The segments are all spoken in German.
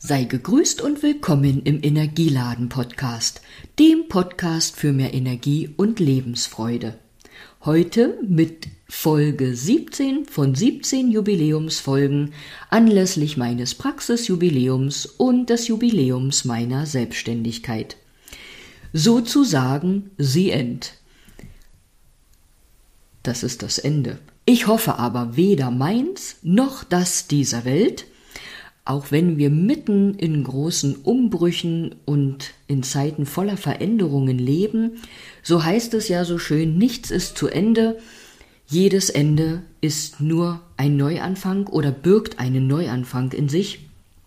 Sei gegrüßt und willkommen im Energieladen-Podcast, dem Podcast für mehr Energie und Lebensfreude. Heute mit Folge 17 von 17 Jubiläumsfolgen anlässlich meines Praxisjubiläums und des Jubiläums meiner Selbstständigkeit. Sozusagen the end. Das ist das Ende. Ich hoffe aber weder meins noch das dieser Welt, auch wenn wir mitten in großen Umbrüchen und in Zeiten voller Veränderungen leben, so heißt es ja so schön, nichts ist zu Ende, jedes Ende ist nur ein Neuanfang oder birgt einen Neuanfang in sich.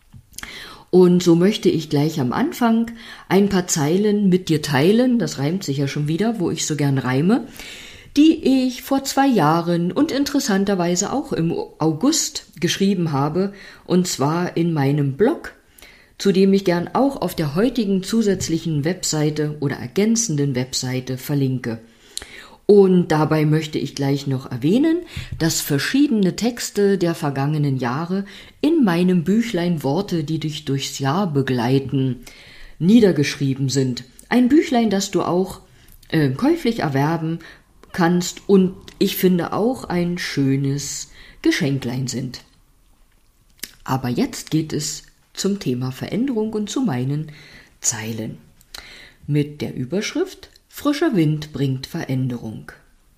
Und so möchte ich gleich am Anfang ein paar Zeilen mit dir teilen, das reimt sich ja schon wieder, wo ich so gern reime, die ich vor 2 Jahren und interessanterweise auch im August geschrieben habe, und zwar in meinem Blog, zu dem ich gern auch auf der heutigen zusätzlichen Webseite oder ergänzenden Webseite verlinke. Und dabei möchte ich gleich noch erwähnen, dass verschiedene Texte der vergangenen Jahre in meinem Büchlein Worte, die dich durchs Jahr begleiten, niedergeschrieben sind. Ein Büchlein, das du auch käuflich erwerben kannst und ich finde auch ein schönes Geschenklein sind. Aber jetzt geht es zum Thema Veränderung und zu meinen Zeilen. Mit der Überschrift Frischer Wind bringt Veränderung.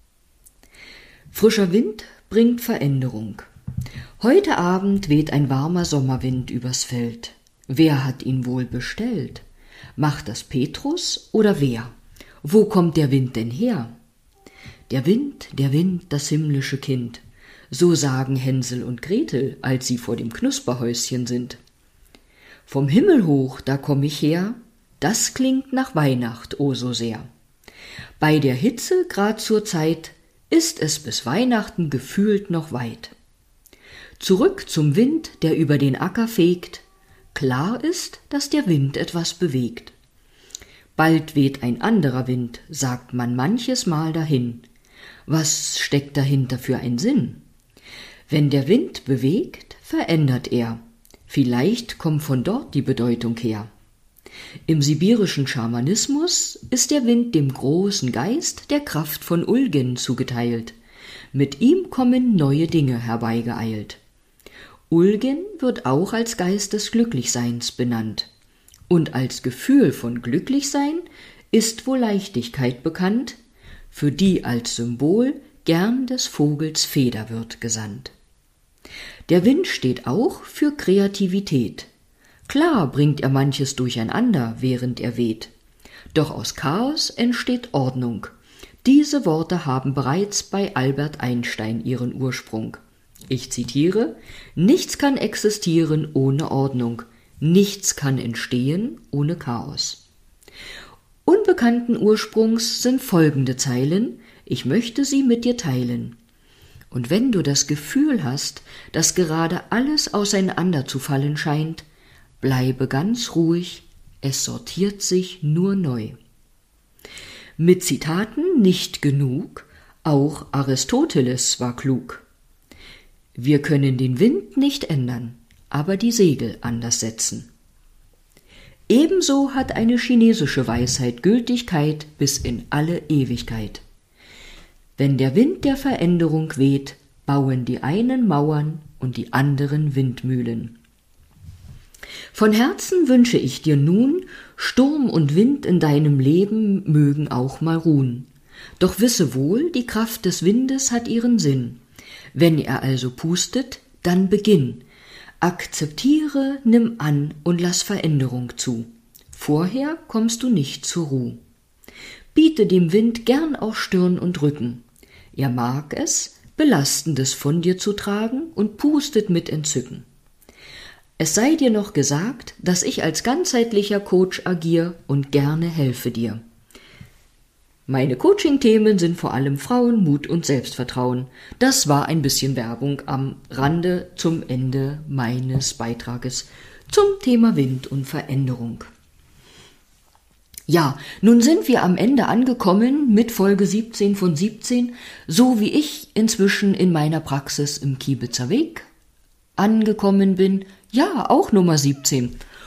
Frischer Wind bringt Veränderung. Heute Abend weht ein warmer Sommerwind übers Feld. Wer hat ihn wohl bestellt? Macht das Petrus oder wer? Wo kommt der Wind denn her? Der Wind, das himmlische Kind, so sagen Hänsel und Gretel, als sie vor dem Knusperhäuschen sind. Vom Himmel hoch, da komm ich her, das klingt nach Weihnacht, oh so sehr. Bei der Hitze, grad zur Zeit, ist es bis Weihnachten gefühlt noch weit. Zurück zum Wind, der über den Acker fegt, klar ist, dass der Wind etwas bewegt. Bald weht ein anderer Wind, sagt man manches Mal dahin. Was steckt dahinter für ein Sinn? Wenn der Wind bewegt, verändert er. Vielleicht kommt von dort die Bedeutung her. Im sibirischen Schamanismus ist der Wind dem großen Geist der Kraft von Ulgen zugeteilt. Mit ihm kommen neue Dinge herbeigeeilt. Ulgen wird auch als Geist des Glücklichseins benannt. Und als Gefühl von Glücklichsein ist wohl Leichtigkeit bekannt, für die als Symbol gern des Vogels Feder wird gesandt. Der Wind steht auch für Kreativität. Klar bringt er manches durcheinander, während er weht. Doch aus Chaos entsteht Ordnung. Diese Worte haben bereits bei Albert Einstein ihren Ursprung. Ich zitiere: Nichts kann existieren ohne Ordnung. Nichts kann entstehen ohne Chaos. Unbekannten Ursprungs sind folgende Zeilen, ich möchte sie mit dir teilen. Und wenn du das Gefühl hast, dass gerade alles auseinanderzufallen scheint, bleibe ganz ruhig, es sortiert sich nur neu. Mit Zitaten nicht genug, auch Aristoteles war klug. Wir können den Wind nicht ändern, aber die Segel anders setzen. Ebenso hat eine chinesische Weisheit Gültigkeit bis in alle Ewigkeit. Wenn der Wind der Veränderung weht, bauen die einen Mauern und die anderen Windmühlen. Von Herzen wünsche ich dir nun, Sturm und Wind in deinem Leben mögen auch mal ruhen. Doch wisse wohl, die Kraft des Windes hat ihren Sinn. Wenn er also pustet, dann beginn. Akzeptiere, nimm an und lass Veränderung zu. Vorher kommst du nicht zur Ruhe. Biete dem Wind gern auch Stirn und Rücken. Er mag es, Belastendes von dir zu tragen und pustet mit Entzücken. Es sei dir noch gesagt, dass ich als ganzheitlicher Coach agiere und gerne helfe dir. Meine Coaching-Themen sind vor allem Frauen, Mut und Selbstvertrauen. Das war ein bisschen Werbung am Rande zum Ende meines Beitrages zum Thema Wind und Veränderung. Ja, nun sind wir am Ende angekommen mit Folge 17 von 17, so wie ich inzwischen in meiner Praxis im Kiebitzer Weg angekommen bin. Ja, auch Nummer 17.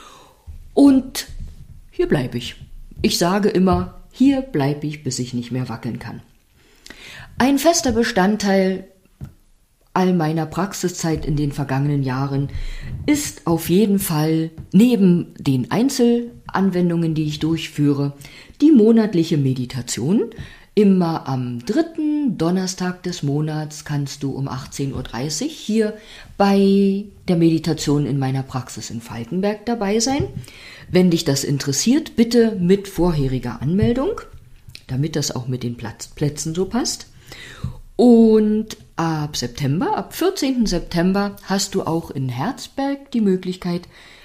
Und hier bleibe ich. Ich sage immer, hier bleibe ich, bis ich nicht mehr wackeln kann. Ein fester Bestandteil all meiner Praxiszeit in den vergangenen Jahren ist auf jeden Fall neben den Einzelanwendungen, die ich durchführe, die monatliche Meditation. Immer am 3. Donnerstag des Monats kannst du um 18:30 Uhr hier bei der Meditation in meiner Praxis in Falkenberg dabei sein. Wenn dich das interessiert, bitte mit vorheriger Anmeldung, damit das auch mit den Plätzen so passt. Und ab 14. September hast du auch in Herzberg die Möglichkeit,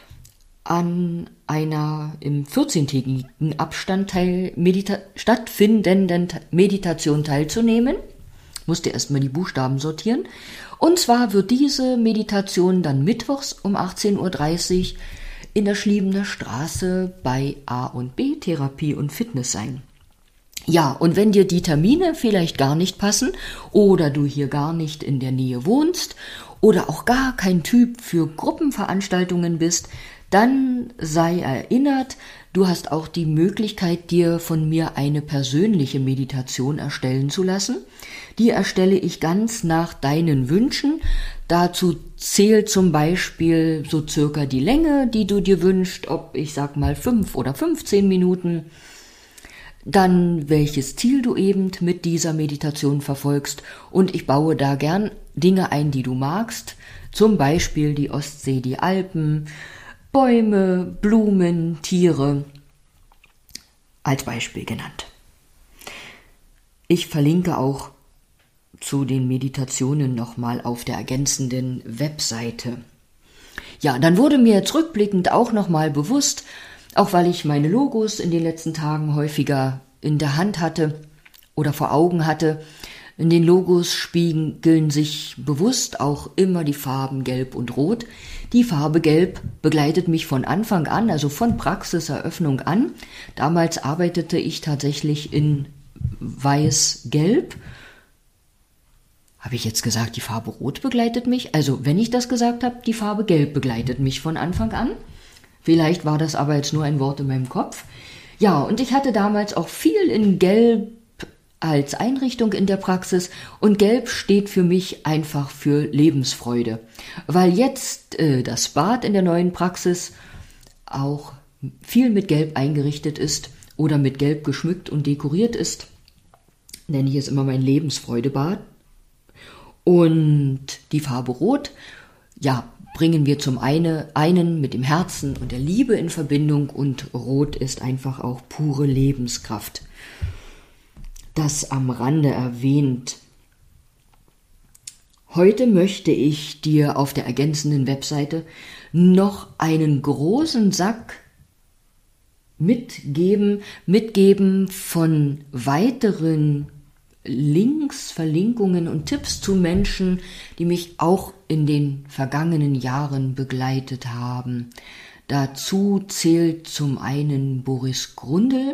an einer im 14-tägigen Abstand stattfindenden Meditation teilzunehmen. Musst dir erstmal die Buchstaben sortieren. Und zwar wird diese Meditation dann mittwochs um 18:30 Uhr in der Schliebener Straße bei A&B Therapie und Fitness sein. Ja, und wenn dir die Termine vielleicht gar nicht passen oder du hier gar nicht in der Nähe wohnst oder auch gar kein Typ für Gruppenveranstaltungen bist, dann sei erinnert, du hast auch die Möglichkeit, dir von mir eine persönliche Meditation erstellen zu lassen. Die erstelle ich ganz nach deinen Wünschen. Dazu zählt zum Beispiel so circa die Länge, die du dir wünschst, ob ich sag mal 5 oder 15 Minuten. Dann welches Ziel du eben mit dieser Meditation verfolgst, und ich baue da gern Dinge ein, die du magst, zum Beispiel die Ostsee, die Alpen, Bäume, Blumen, Tiere, als Beispiel genannt. Ich verlinke auch zu den Meditationen nochmal auf der ergänzenden Webseite. Ja, dann wurde mir jetzt rückblickend auch nochmal bewusst, auch weil ich meine Logos in den letzten Tagen häufiger in der Hand hatte oder vor Augen hatte, in den Logos spiegeln sich bewusst auch immer die Farben Gelb und Rot. Die Farbe Gelb begleitet mich von Anfang an, also von Praxiseröffnung an. Damals arbeitete ich tatsächlich in Weiß-Gelb. Habe ich jetzt gesagt, die Farbe Rot begleitet mich? Also wenn ich das gesagt habe, die Farbe Gelb begleitet mich von Anfang an. Vielleicht war das aber jetzt nur ein Wort in meinem Kopf. Ja, und ich hatte damals auch viel in Gelb als Einrichtung in der Praxis, und Gelb steht für mich einfach für Lebensfreude, weil jetzt das Bad in der neuen Praxis auch viel mit Gelb eingerichtet ist oder mit Gelb geschmückt und dekoriert ist, nenne ich es immer mein Lebensfreudebad. Und die Farbe Rot, ja, bringen wir zum einen mit dem Herzen und der Liebe in Verbindung, und Rot ist einfach auch pure Lebenskraft. Das am Rande erwähnt. Heute möchte ich dir auf der ergänzenden Webseite noch einen großen Sack mitgeben von weiteren Links, Verlinkungen und Tipps zu Menschen, die mich auch in den vergangenen Jahren begleitet haben. Dazu zählt zum einen Boris Grundl.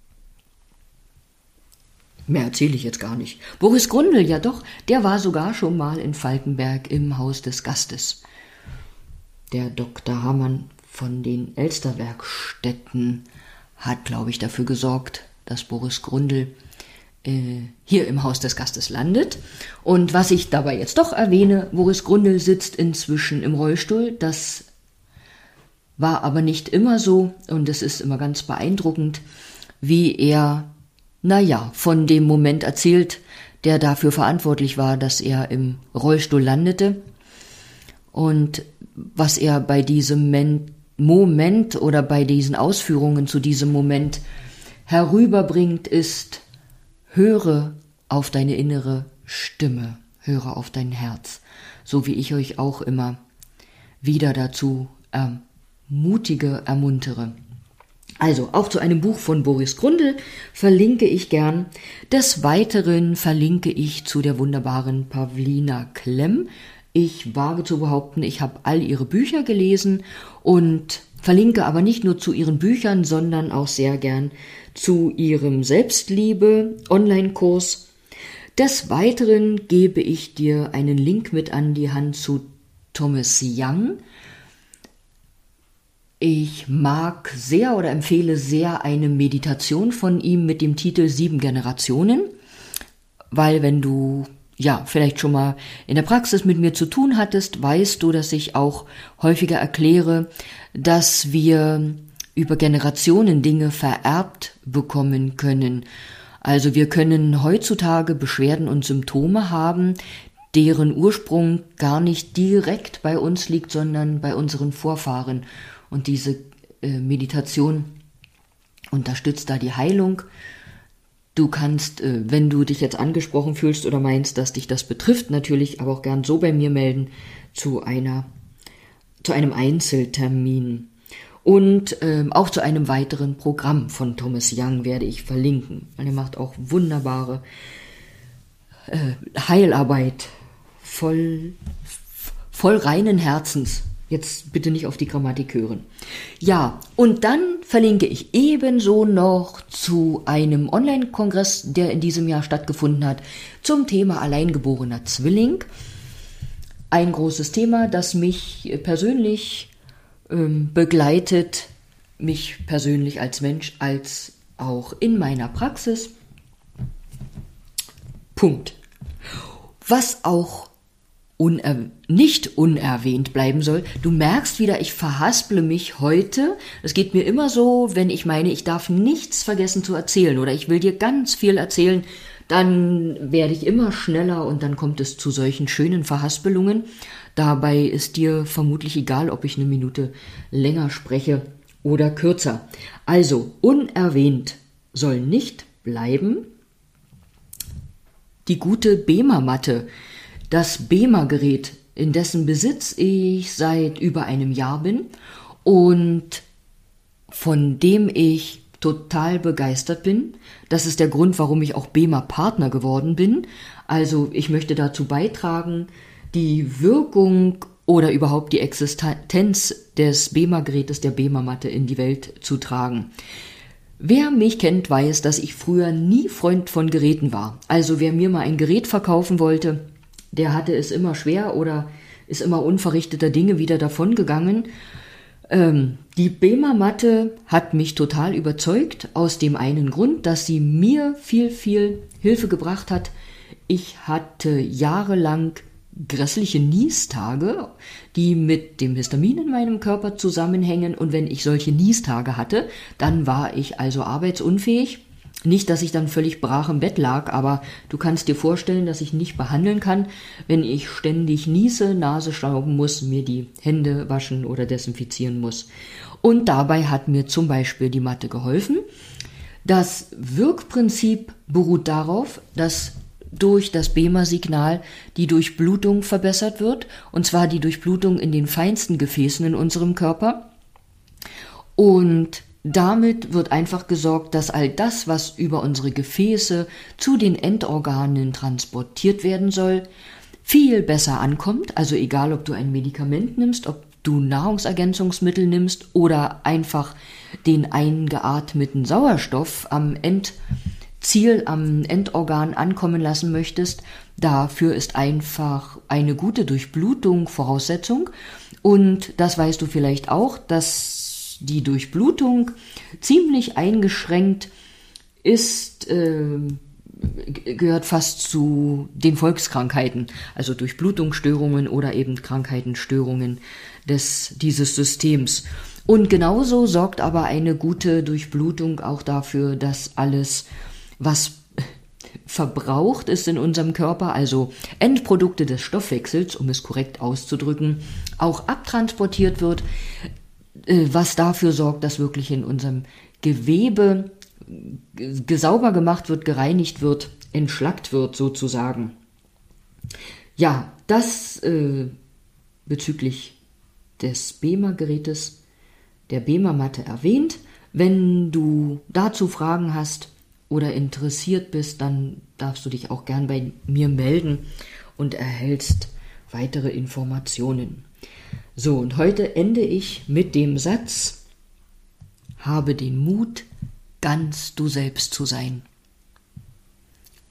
Mehr erzähle ich jetzt gar nicht. Boris Grundl, ja doch, der war sogar schon mal in Falkenberg im Haus des Gastes. Der Dr. Hamann von den Elsterwerkstätten hat, glaube ich, dafür gesorgt, dass Boris Grundl hier im Haus des Gastes landet. Und was ich dabei jetzt doch erwähne, Boris Grundl sitzt inzwischen im Rollstuhl. Das war aber nicht immer so, und es ist immer ganz beeindruckend, wie er, von dem Moment erzählt, der dafür verantwortlich war, dass er im Rollstuhl landete, und was er bei diesem Moment oder bei diesen Ausführungen zu diesem Moment herüberbringt, ist: Höre auf deine innere Stimme, höre auf dein Herz, so wie ich euch auch immer wieder dazu ermuntere. Also, auch zu einem Buch von Boris Grundl verlinke ich gern. Des Weiteren verlinke ich zu der wunderbaren Pawlina Klemm. Ich wage zu behaupten, ich habe all ihre Bücher gelesen und verlinke aber nicht nur zu ihren Büchern, sondern auch sehr gern zu ihrem Selbstliebe-Online-Kurs. Des Weiteren gebe ich dir einen Link mit an die Hand zu Thomas Young. Ich mag sehr oder empfehle sehr eine Meditation von ihm mit dem Titel 7 Generationen, weil wenn du vielleicht schon mal in der Praxis mit mir zu tun hattest, weißt du, dass ich auch häufiger erkläre, dass wir über Generationen Dinge vererbt bekommen können. Also wir können heutzutage Beschwerden und Symptome haben, deren Ursprung gar nicht direkt bei uns liegt, sondern bei unseren Vorfahren. Und diese Meditation unterstützt da die Heilung. Du kannst, wenn du dich jetzt angesprochen fühlst oder meinst, dass dich das betrifft, natürlich aber auch gern so bei mir melden zu einem Einzeltermin. Und auch zu einem weiteren Programm von Thomas Young werde ich verlinken. Er macht auch wunderbare Heilarbeit, voll reinen Herzens. Jetzt bitte nicht auf die Grammatik hören. Ja, und dann verlinke ich ebenso noch zu einem Online-Kongress, der in diesem Jahr stattgefunden hat, zum Thema alleingeborener Zwilling. Ein großes Thema, das mich persönlich begleitet, mich persönlich als Mensch, als auch in meiner Praxis. Punkt. Was auch nicht unerwähnt bleiben soll. Du merkst wieder, ich verhasple mich heute. Es geht mir immer so, wenn ich meine, ich darf nichts vergessen zu erzählen oder ich will dir ganz viel erzählen, dann werde ich immer schneller und dann kommt es zu solchen schönen Verhaspelungen. Dabei ist dir vermutlich egal, ob ich eine Minute länger spreche oder kürzer. Also, unerwähnt soll nicht bleiben die gute BEMA-Matte. Das BEMA-Gerät, in dessen Besitz ich seit über einem Jahr bin und von dem ich total begeistert bin. Das ist der Grund, warum ich auch BEMA-Partner geworden bin. Also ich möchte dazu beitragen, die Wirkung oder überhaupt die Existenz des BEMA-Gerätes, der BEMA-Matte in die Welt zu tragen. Wer mich kennt, weiß, dass ich früher nie Freund von Geräten war. Also wer mir mal ein Gerät verkaufen wollte, der hatte es immer schwer oder ist immer unverrichteter Dinge wieder davongegangen. Die BEMA-Matte hat mich total überzeugt, aus dem einen Grund, dass sie mir viel, viel Hilfe gebracht hat. Ich hatte jahrelang grässliche Niestage, die mit dem Histamin in meinem Körper zusammenhängen. Und wenn ich solche Niestage hatte, dann war ich also arbeitsunfähig. Nicht, dass ich dann völlig brach im Bett lag, aber du kannst dir vorstellen, dass ich nicht behandeln kann, wenn ich ständig niese, Nase schnauben muss, mir die Hände waschen oder desinfizieren muss. Und dabei hat mir zum Beispiel die Matte geholfen. Das Wirkprinzip beruht darauf, dass durch das BEMA-Signal die Durchblutung verbessert wird, und zwar die Durchblutung in den feinsten Gefäßen in unserem Körper. Und damit wird einfach gesorgt, dass all das, was über unsere Gefäße zu den Endorganen transportiert werden soll, viel besser ankommt. Also egal, ob du ein Medikament nimmst, ob du Nahrungsergänzungsmittel nimmst oder einfach den eingeatmeten Sauerstoff am Endziel, am Endorgan ankommen lassen möchtest. Dafür ist einfach eine gute Durchblutung Voraussetzung. Und das weißt du vielleicht auch, dass die Durchblutung ziemlich eingeschränkt ist, gehört fast zu den Volkskrankheiten, also Durchblutungsstörungen oder eben Krankheitenstörungen dieses Systems. Und genauso sorgt aber eine gute Durchblutung auch dafür, dass alles, was verbraucht ist in unserem Körper, also Endprodukte des Stoffwechsels, um es korrekt auszudrücken, auch abtransportiert wird, was dafür sorgt, dass wirklich in unserem Gewebe sauber gemacht wird, gereinigt wird, entschlackt wird sozusagen. Ja, das bezüglich des BEMA-Gerätes, der BEMA-Matte erwähnt. Wenn du dazu Fragen hast oder interessiert bist, dann darfst du dich auch gern bei mir melden und erhältst weitere Informationen. So, und heute ende ich mit dem Satz: Habe den Mut, ganz du selbst zu sein.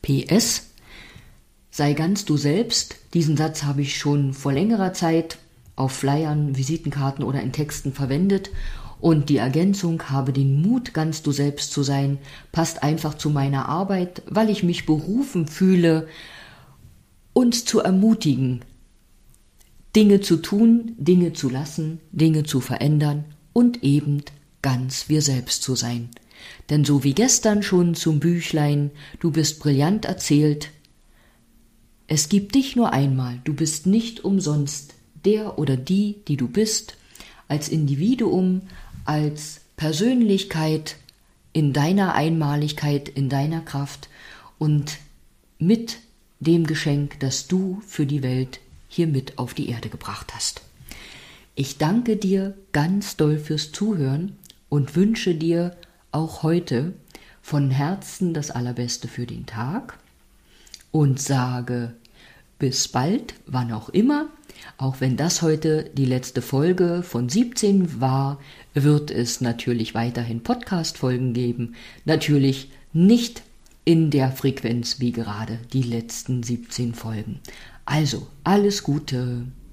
PS: Sei ganz du selbst. Diesen Satz habe ich schon vor längerer Zeit auf Flyern, Visitenkarten oder in Texten verwendet. Und die Ergänzung, habe den Mut, ganz du selbst zu sein, passt einfach zu meiner Arbeit, weil ich mich berufen fühle, uns zu ermutigen, Dinge zu tun, Dinge zu lassen, Dinge zu verändern und eben ganz wir selbst zu sein. Denn so wie gestern schon zum Büchlein, du bist brillant erzählt, es gibt dich nur einmal, du bist nicht umsonst der oder die du bist, als Individuum, als Persönlichkeit in deiner Einmaligkeit, in deiner Kraft und mit dem Geschenk, das du für die Welt hier mit auf die Erde gebracht hast. Ich danke dir ganz doll fürs Zuhören und wünsche dir auch heute von Herzen das Allerbeste für den Tag und sage bis bald, wann auch immer. Auch wenn das heute die letzte Folge von 17 war, wird es natürlich weiterhin Podcast-Folgen geben. Natürlich nicht in der Frequenz wie gerade die letzten 17 Folgen. Also, alles Gute.